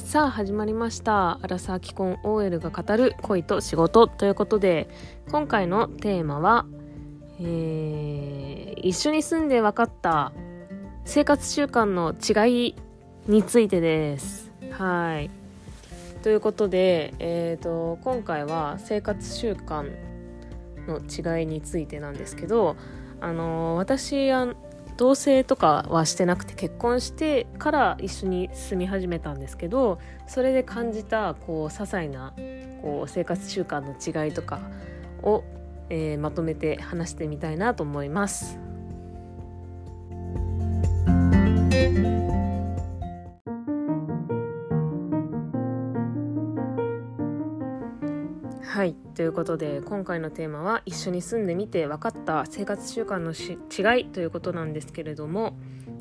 さあ始まりました。アラサー既婚 OL が語る恋と仕事ということで、今回のテーマは、一緒に住んで分かった生活習慣の違いについてです。はい。ということで、今回は生活習慣の違いについてなんですけど、私同棲とかはしてなくて、結婚してから一緒に住み始めたんですけど、それで感じた些細な生活習慣の違いとかを、まとめて話してみたいなと思います。はい、ということで今回のテーマは一緒に住んでみて分かった生活習慣の違いということなんですけれども、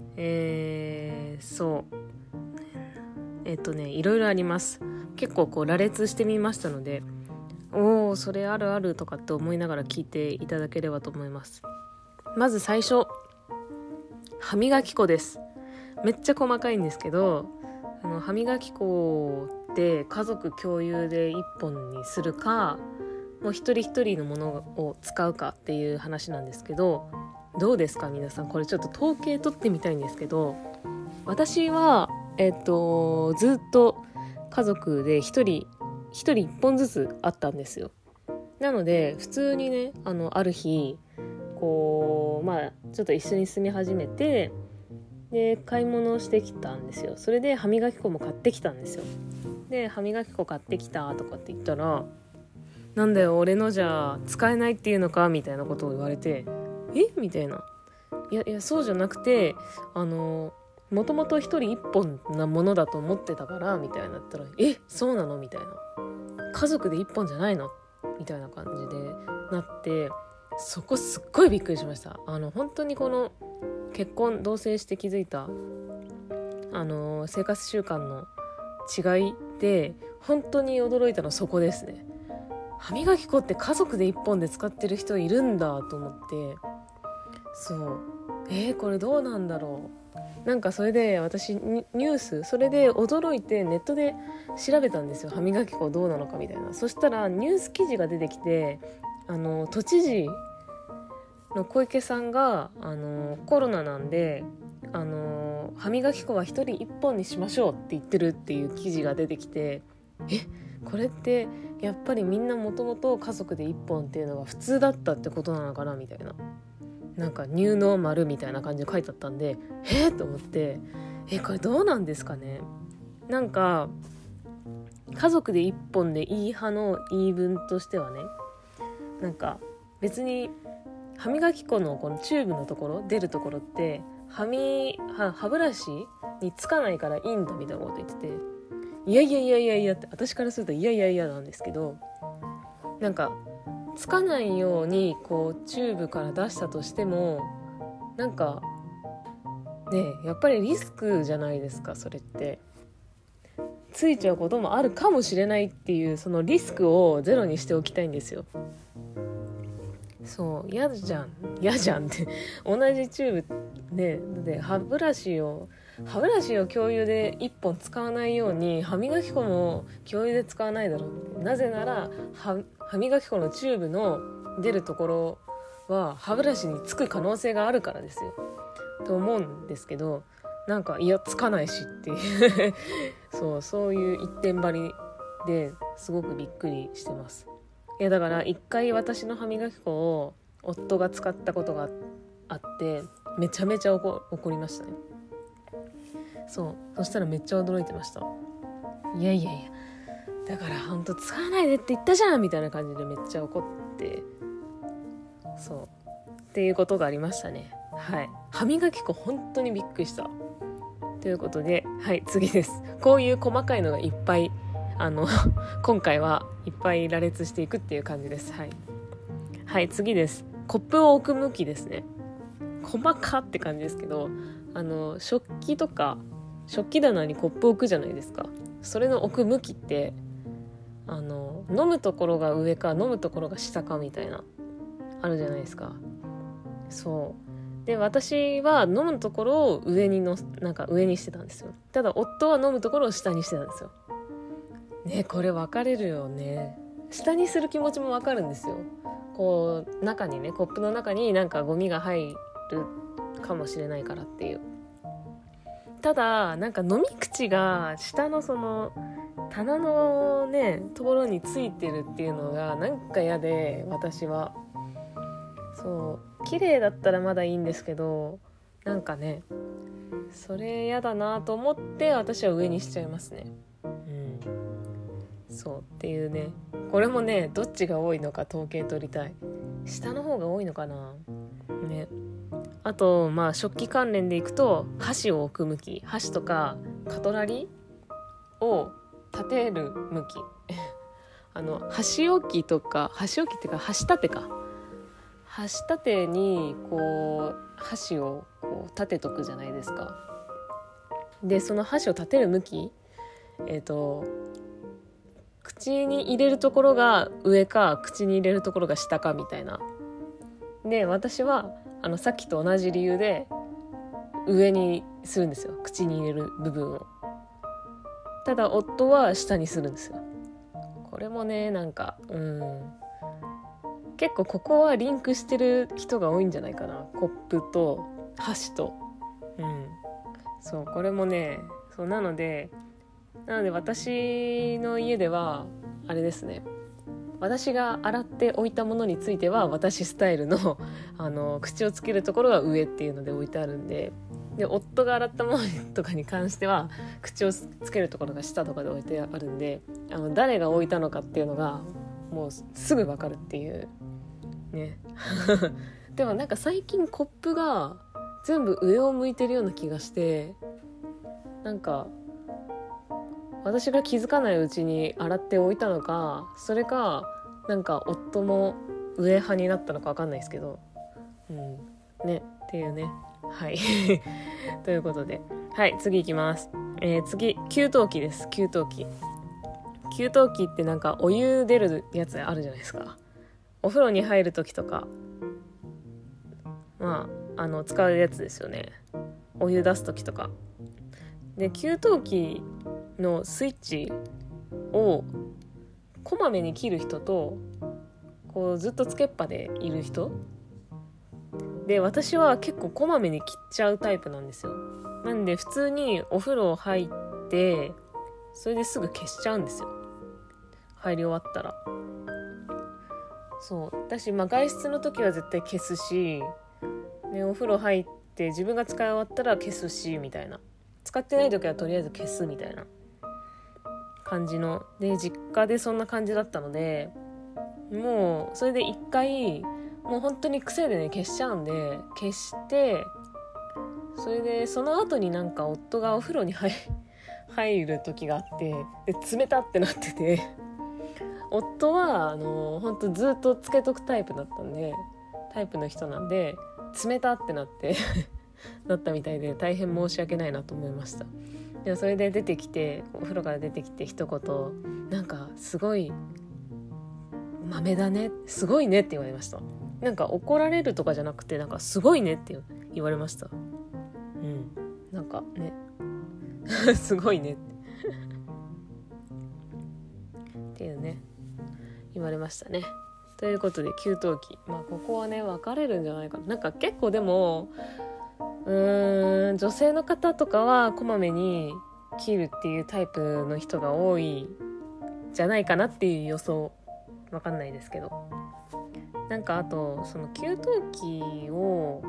いろいろあります。結構羅列してみましたので、それあるあるとかって思いながら聞いていただければと思います。まず最初、歯磨き粉です。めっちゃ細かいんですけど、歯磨き粉って家族共有で1本にするか、もう一人一人のものを使うかっていう話なんですけど、どうですか皆さん。これちょっと統計取ってみたいんですけど、私はずっと家族で一人一本ずつあったんですよ。なので普通にね、ある日ちょっと一緒に住み始めて、で買い物をしてきたんですよ。それで歯磨き粉も買ってきたんですよ。で歯磨き粉買ってきたとかって言ったら、なんだよ俺のじゃ使えないっていうのかみたいなことを言われて、みたいな。いやそうじゃなくて、もともと一人一本なものだと思ってたからみたいなったら、そうなのみたいな。家族で一本じゃないのみたいな感じでなって、そこすっごいびっくりしました。本当にこの結婚同棲して気づいた生活習慣の違いで本当に驚いたのはそこですね。歯磨き粉って家族で一本で使ってる人いるんだと思って、これどうなんだろう。なんかそれで私ニュース、それで驚いてネットで調べたんですよ。歯磨き粉どうなのかみたいな。そしたらニュース記事が出てきて、都知事の小池さんがコロナなんで歯磨き粉は一人一本にしましょうって言ってるっていう記事が出てきて、これってやっぱりみんなもともと家族で一本っていうのが普通だったってことなのかなみたいな、なんかニューノーマルみたいな感じで書いてあったんで、と思って、これどうなんですかね。なんか家族で一本でいい派の言い分としてはね、なんか別に歯磨き粉のこのチューブのところ、出るところって歯ブラシにつかないからいいんだみたいなこと言ってて、いやって私からするといやなんですけど、なんかつかないようにチューブから出したとしても、なんかね、やっぱりリスクじゃないですか。それってついちゃうこともあるかもしれないっていう、そのリスクをゼロにしておきたいんですよ。嫌じゃんって同じチューブで歯ブラシを共有で1本使わないように歯磨き粉も共有で使わないだろう。なぜなら歯磨き粉のチューブの出るところは歯ブラシにつく可能性があるからですよと思うんですけど、なんかつかないしっていうそういう一点張りですごくびっくりしてます。だから一回私の歯磨き粉を夫が使ったことがあって、めちゃめちゃ怒りましたね。そしたらめっちゃ驚いてました。いやだから本当使わないでって言ったじゃんみたいな感じでめっちゃ怒って、っていうことがありましたね。はい、歯磨き粉本当にびっくりしたということで、次です。こういう細かいのがいっぱい今回はいっぱい羅列していくっていう感じです。次です。コップを置く向きですね。細かって感じですけど、食器棚にコップ置くじゃないですか。それの置く向きって飲むところが上か飲むところが下かみたいなあるじゃないですか。 で私は飲むところを上にしてたんですよ。ただ夫は飲むところを下にしてたんですよね。これ分かれるよね。下にする気持ちも分かるんですよ。こう中にね、コップの中になんかゴミが入るかもしれないからっていう。ただなんか飲み口が下のその棚のねところについてるっていうのがなんか嫌で、私はそう綺麗だったらまだいいんですけど、なんかねそれ嫌だなと思って私は上にしちゃいますね。そうっていうね。これもねどっちが多いのか統計取りたい。下の方が多いのかなね。あと食器関連でいくと、箸を置く向き、箸とかカトラリーを立てる向き箸置きっていうか箸立てか、箸立てにこう箸をこう立てとくじゃないですか。でその箸を立てる向き、口に入れるところが上か口に入れるところが下かみたいな。で私はさっきと同じ理由で上にするんですよ、口に入れる部分を。ただ夫は下にするんですよ。これもねなんか結構ここはリンクしてる人が多いんじゃないかな。コップと箸とそうこれもねそうなので私の家ではあれですね、私が洗っておいたものについては私スタイルの、口をつけるところが上っていうので置いてあるんで、夫が洗ったものとかに関しては口をつけるところが下とかで置いてあるんで、誰が置いたのかっていうのがもうすぐ分かるっていうねでもなんか最近コップが全部上を向いてるような気がして、なんか私が気づかないうちに洗っておいたのか、それかなんか夫も上派になったのか分かんないですけどねっていうね。はいということで、はい次いきます。次給湯器です。給湯器ってなんかお湯出るやつあるじゃないですか。お風呂に入る時とか使うやつですよね。お湯出す時とかで、給湯器のスイッチをこまめに切る人とこうずっとつけっぱでいる人で、私は結構こまめに切っちゃうタイプなんですよ。なんで普通にお風呂入ってそれですぐ消しちゃうんですよ、入り終わったら。そう私外出の時は絶対消すし、ね、お風呂入って自分が使い終わったら消すしみたいな。使ってない時はとりあえず消すみたいな感じので、実家でそんな感じだったので、もうそれで一回もう本当に癖でね消しちゃうんで、消して、それでその後になんか夫がお風呂に入る時があって、で冷たってなってて、夫は本当ずっとつけとくタイプの人なんで、冷たってなってなったみたいで大変申し訳ないなと思いました。でそれでお風呂から出てきて一言、なんかすごい豆だね、すごいねって言われました。なんか怒られるとかじゃなくて、なんかすごいねって言われました。なんかねすごいねっていうね言われましたね。ということで給湯器、ここはね分かれるんじゃないかな。なんか結構でも女性の方とかはこまめに切るっていうタイプの人が多いじゃないかなっていう予想。わかんないですけど、なんかあとその給湯器を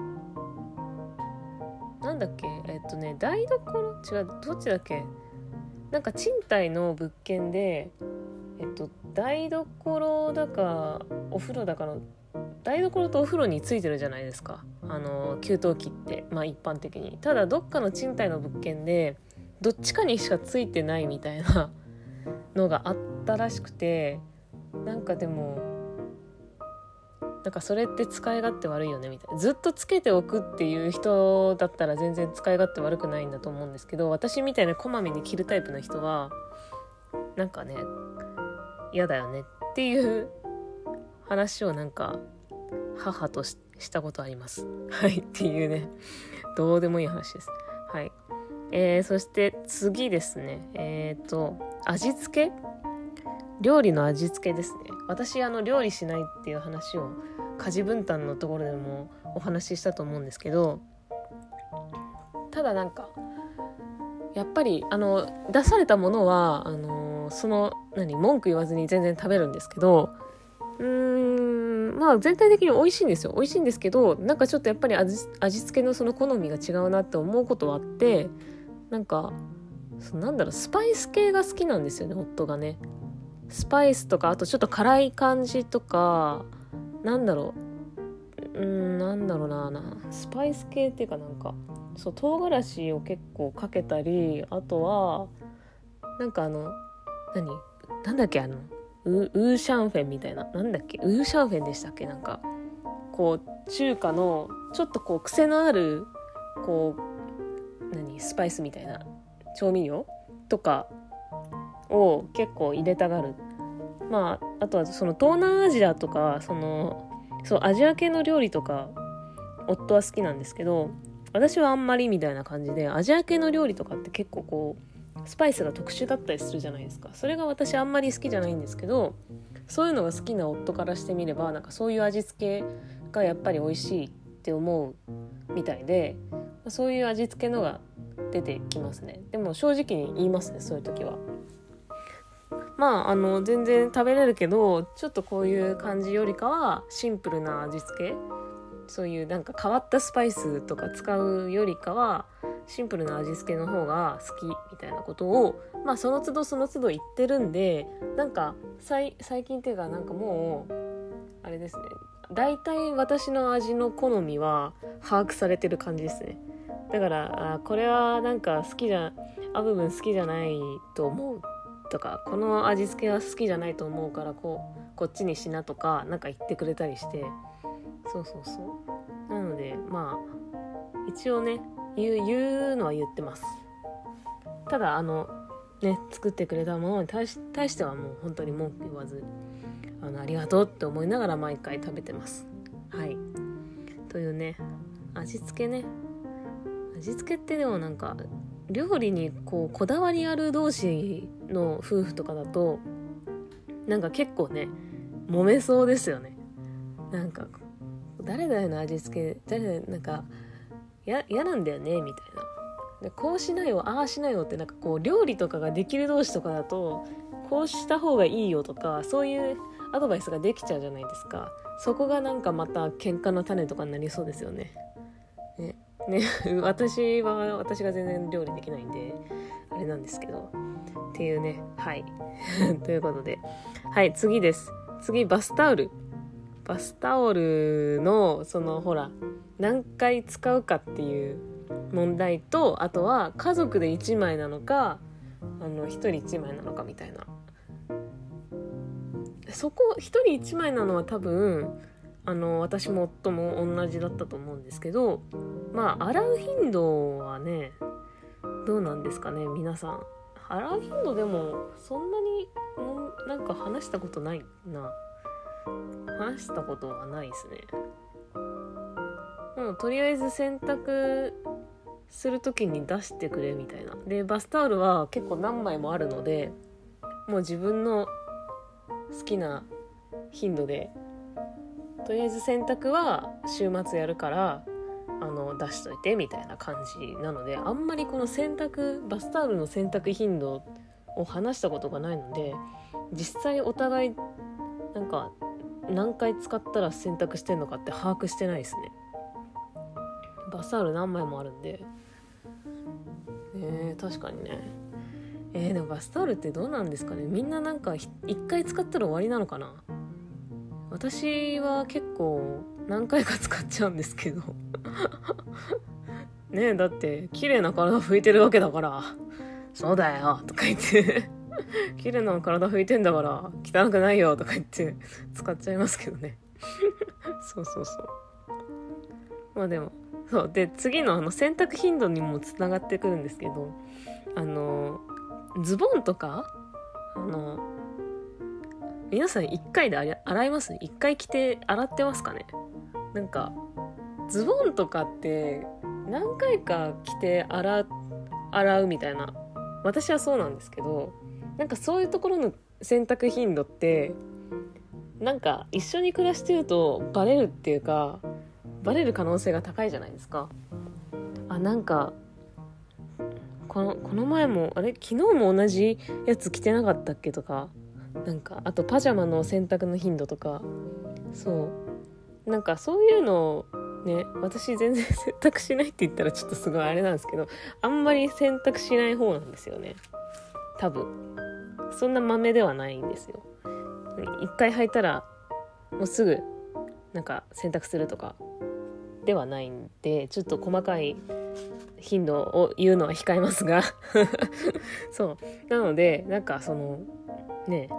なんだっけ台所どっちだっけ、なんか賃貸の物件で台所だかお風呂だかの、台所とお風呂についてるじゃないですか、給湯器って。一般的に。ただどっかの賃貸の物件でどっちかにしかついてないみたいなのがあったらしくて、なんかでもなんかそれって使い勝手悪いよねみたいな。ずっとつけておくっていう人だったら全然使い勝手悪くないんだと思うんですけど、私みたいなこまめに着るタイプの人はなんかね嫌だよねっていう話をなんかしたことありますはいっていうね、どうでもいい話です。はい。そして次ですね、味付け、料理の味付けですね。私料理しないっていう話を家事分担のところでもお話ししたと思うんですけど、ただなんかやっぱり出されたものは文句言わずに全然食べるんですけど、まあ全体的に美味しいんですよ。美味しいんですけど、なんかちょっとやっぱり味付けのその好みが違うなって思うことはあって、なんかスパイス系が好きなんですよね、夫がね。スパイスとか、あとちょっと辛い感じとか、スパイス系っていうか唐辛子を結構かけたり、あとはなんだっけウーシャンフェンみたいな、ウーシャンフェンでしたっけ、中華のちょっと癖のあるスパイスみたいな調味料とかを結構入れたがる。まああとはその東南アジアとかアジア系の料理とか夫は好きなんですけど、私はあんまりみたいな感じで、アジア系の料理とかって結構スパイスが特殊だったりするじゃないですか。それが私あんまり好きじゃないんですけど、そういうのが好きな夫からしてみればそういう味付けがやっぱり美味しいって思うみたいで、そういう味付けのが出てきますね。でも正直に言いますね、そういう時は。全然食べれるけど、ちょっとこういう感じよりかはシンプルな味付け、そういう変わったスパイスとか使うよりかはシンプルな味付けの方が好きみたいなことをその都度言ってるんで、最近っていうかもうあれですね、だいたい私の味の好みは把握されてる感じですね。だからこれはアブ分好きじゃないと思うとか、この味付けは好きじゃないと思うからこっちにしなとか言ってくれたりして、なので一応ね言うのは言ってます。ただ作ってくれたものに対してはもう本当に文句言わずありがとうって思いながら毎回食べてます。はいというね、味付けってでも料理にこだわりある同士の夫婦とかだと結構ね揉めそうですよね。誰々の味付け嫌なんだよねみたいな。でこうしなよああしなよって料理とかができる同士とかだとこうした方がいいよとか、そういうアドバイスができちゃうじゃないですか。そこがまた喧嘩の種とかになりそうですよね。ね私が全然料理できないんであれなんですけどっていうね。はいということで、はい次です。次バスタオルのほら何回使うかっていう問題と、あとは家族で1枚なのか1人1枚なのかみたいな。そこ1人1枚なのは多分私も夫も同じだったと思うんですけど、洗う頻度はねどうなんですかね。皆さん洗う頻度でもそんなに話したことないな。話したことはないですね。もうとりあえず洗濯するときに出してくれみたいな。でバスタオルは結構何枚もあるので、もう自分の好きな頻度でとりあえず洗濯は週末やるから出しといてみたいな感じなので、あんまりこのバスタオルの洗濯頻度を話したことがないので、実際お互い何回使ったら洗濯してんのかって把握してないですね。バスタオル何枚もあるんで。確かにね。でもバスタオルってどうなんですかね。みんな一回使ったら終わりなのかな。私は結構何回か使っちゃうんですけどねえ、だって綺麗な体拭いてるわけだからそうだよとか言って綺麗な体拭いてんだから汚くないよとか言って使っちゃいますけどねそうでもそうで、次の洗濯頻度にもつながってくるんですけど、ズボンとか皆さん1回で洗います？1回着て洗ってますかね。 ズボンとかって何回か着て洗うみたいな、私はそうなんですけど、なんかそういうところの洗濯頻度ってなんか一緒に暮らしてるとバレるっていうか、バレる可能性が高いじゃないですか。なんかこの前も昨日も同じやつ着てなかったっけとか、なんかあとパジャマの洗濯の頻度とか、そうなんかそういうのね、私全然洗濯しないって言ったらちょっとすごいあれなんですけど、あんまり洗濯しない方なんですよね。多分そんな豆ではないんですよ。一回履いたらもうすぐなんか洗濯するとかではないんで、ちょっと細かい頻度を言うのは控えますがそうなので、なんかそのね、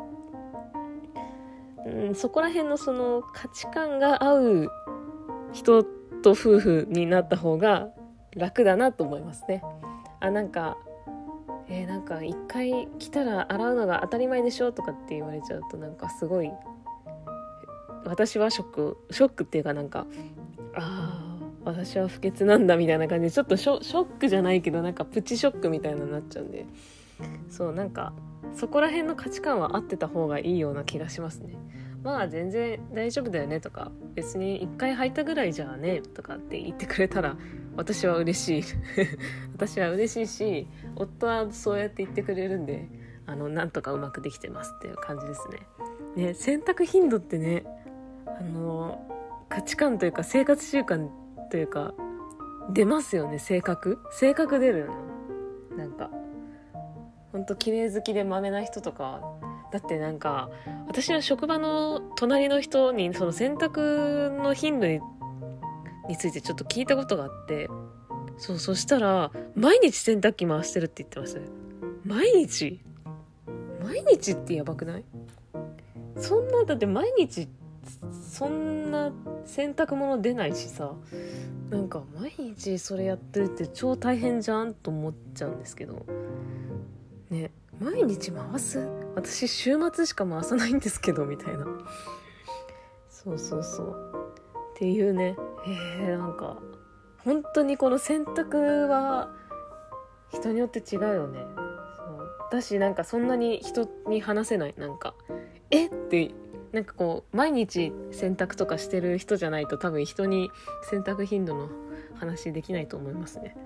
そこら辺のその価値観が合う人と夫婦になった方が楽だなと思いますね。なんかなんか一回着たら洗うのが当たり前でしょとかって言われちゃうと、なんかすごい私はショックっていうか、なんか私は不潔なんだみたいな感じで、ちょっとショックじゃないけど、なんかプチショックみたいなになっちゃうんで、そうなんかそこら辺の価値観は合ってた方がいいような気がしますね。まあ全然大丈夫だよねとか、別に一回履いたぐらいじゃあねとかって言ってくれたら私は嬉しい私は嬉しいし、夫はそうやって言ってくれるんで、なんとかうまくできてますっていう感じですね。洗濯頻度ってね、価値観というか生活習慣というか出ますよね。性格出るよね。なんかほんと綺麗好きでマメな人とかだって、なんか私は職場の隣の人にその洗濯の頻度についてちょっと聞いたことがあって、そしたら毎日洗濯機回してるって言ってましたね。毎日ってやばくない？そんな、だって毎日そんな洗濯物出ないしさ、なんか毎日それやってるって超大変じゃんと思っちゃうんですけどね。毎日回す？私週末しか回さないんですけどみたいな。そうっていうね。なんか本当にこの洗濯は人によって違うよね。だし、なんかそんなに人に話せない。なんかってなんかこう毎日洗濯とかしてる人じゃないと、多分人に洗濯頻度の話できないと思いますね。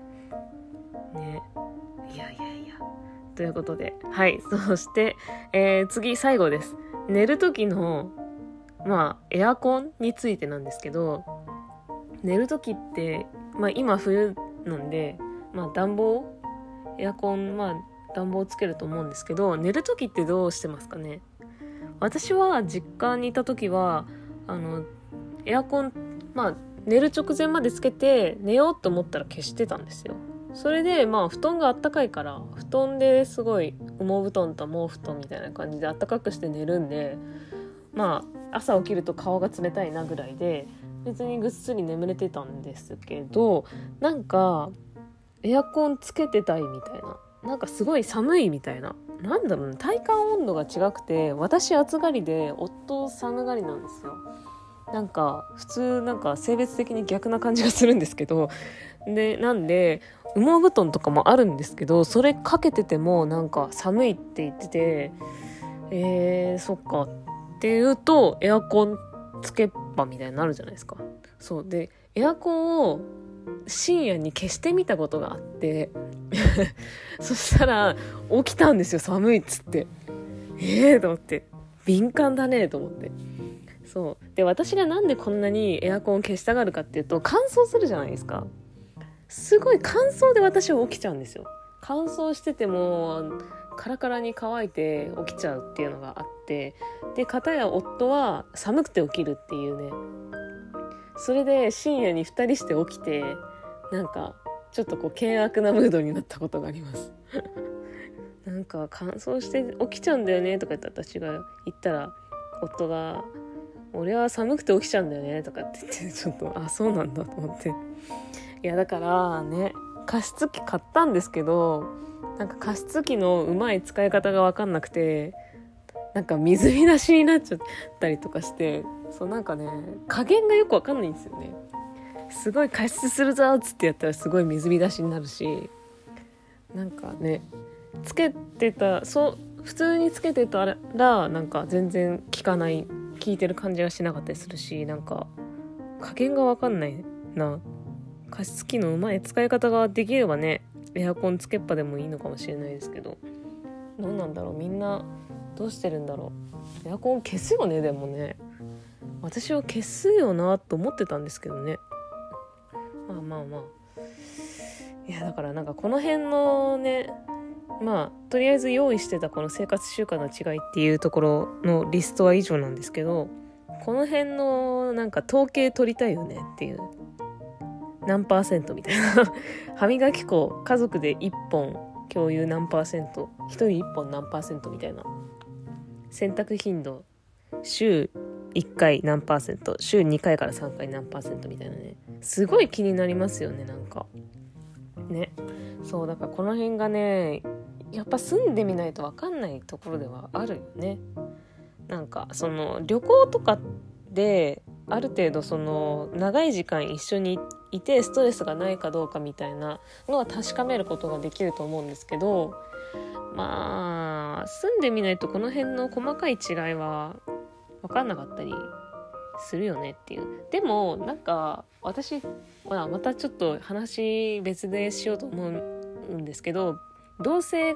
いやということで、はい。そして、次最後です。寝る時のエアコンについてなんですけど、寝る時って今冬なんで暖房、エアコン暖房つけると思うんですけど、寝る時ってどうしてますかね？私は実家にいた時はエアコン寝る直前までつけて、寝ようと思ったら消してたんですよ。それで布団があったかいから、布団ですごい羽毛布団と毛布団みたいな感じであったかくして寝るんで、朝起きると顔が冷たいなぐらいで別にぐっすり眠れてたんですけど、なんかエアコンつけてたいみたいな、なんかすごい寒いみたいな、なんだろうね、体感温度が違くて、私暑がりで夫寒がりなんですよ。なんか普通なんか性別的に逆な感じがするんですけど、でなんで羽毛布団とかもあるんですけど、それかけててもなんか寒いって言ってて、そっかっていうとエアコンつけっぱみたいになるじゃないですか。そうでエアコンを深夜に消してみたことがあってそしたら起きたんですよ、寒いっつって。と思って、敏感だねと思って。そうで、私がなんでこんなにエアコンを消したがるかっていうと、乾燥するじゃないですか。すごい乾燥で私は起きちゃうんですよ。乾燥しててもカラカラに乾いて起きちゃうっていうのがあって、で片や夫は寒くて起きるっていうね。それで深夜に2人して起きて、なんかちょっとこう険悪なムードになったことがありますなんか乾燥して起きちゃうんだよねとか言って私が言ったら、夫が俺は寒くて起きちゃうんだよねとかって言って、ちょっとそうなんだと思って。いやだからね、加湿器買ったんですけど、なんか加湿器のうまい使い方が分かんなくて、なんか水浸しになっちゃったりとかして、そうなんかね、加減がよく分かんないんですよね。 すごい加湿するぞっつってやったらすごい水浸しになるし、なんかねつけてた普通につけてたらなんか全然効いてる感じがしなかったりするし、なんか加減が分かんないな。加湿器のうまい使い方ができればね、エアコンつけっぱでもいいのかもしれないですけど、どうなんだろう、みんなどうしてるんだろう。エアコン消すよね。でもね、私は消すよなと思ってたんですけどね。まあいやだからなんかこの辺のね、とりあえず用意してたこの生活習慣の違いっていうところのリストは以上なんですけど、この辺のなんか統計取りたいよねっていう、何%みたいな歯磨き粉家族で1本共有何%、1人1本何%みたいな、洗濯頻度週1回何%、週2回から3回何%みたいなね、すごい気になりますよね。なんかね、そうだからこの辺がね、やっぱ住んでみないと分かんないところではあるよね。なんかその旅行とかである程度その長い時間一緒にいてストレスがないかどうかみたいなのは確かめることができると思うんですけど、住んでみないとこの辺の細かい違いは分かんなかったりするよねっていう。でもなんか私、またちょっと話別でしようと思うんですけど、同棲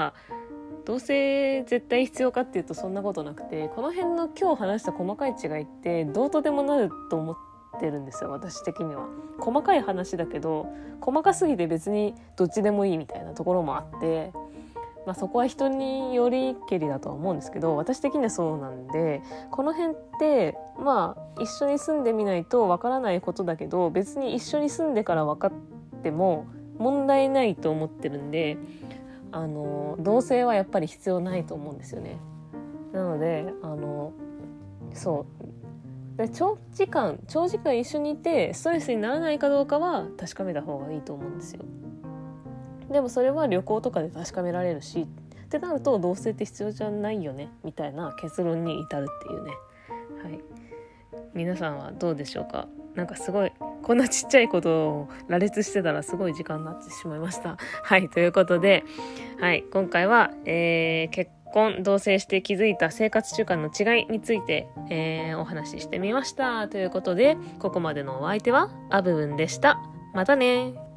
絶対必要かっていうとそんなことなくて、この辺の今日話した細かい違いってどうとでもなると思ってるんですよ、私的には。細かい話だけど細かすぎて別にどっちでもいいみたいなところもあって、そこは人によりけりだとは思うんですけど、私的にはそうなんで、この辺って一緒に住んでみないとわからないことだけど、別に一緒に住んでから分かっても問題ないと思ってるんで、同棲はやっぱり必要ないと思うんですよね。なのでで長時間一緒にいてストレスにならないかどうかは確かめた方がいいと思うんですよ。でもそれは旅行とかで確かめられるしってなると、同棲って必要じゃないよねみたいな結論に至るっていうね。はい、皆さんはどうでしょうか。なんかすごいこんなちっちゃいことを羅列してたらすごい時間になってしまいました。はい、ということで、今回は、結婚同棲して気づいた生活習慣の違いについて、お話ししてみました。ということで、ここまでのお相手はあぶぶんでした。またね。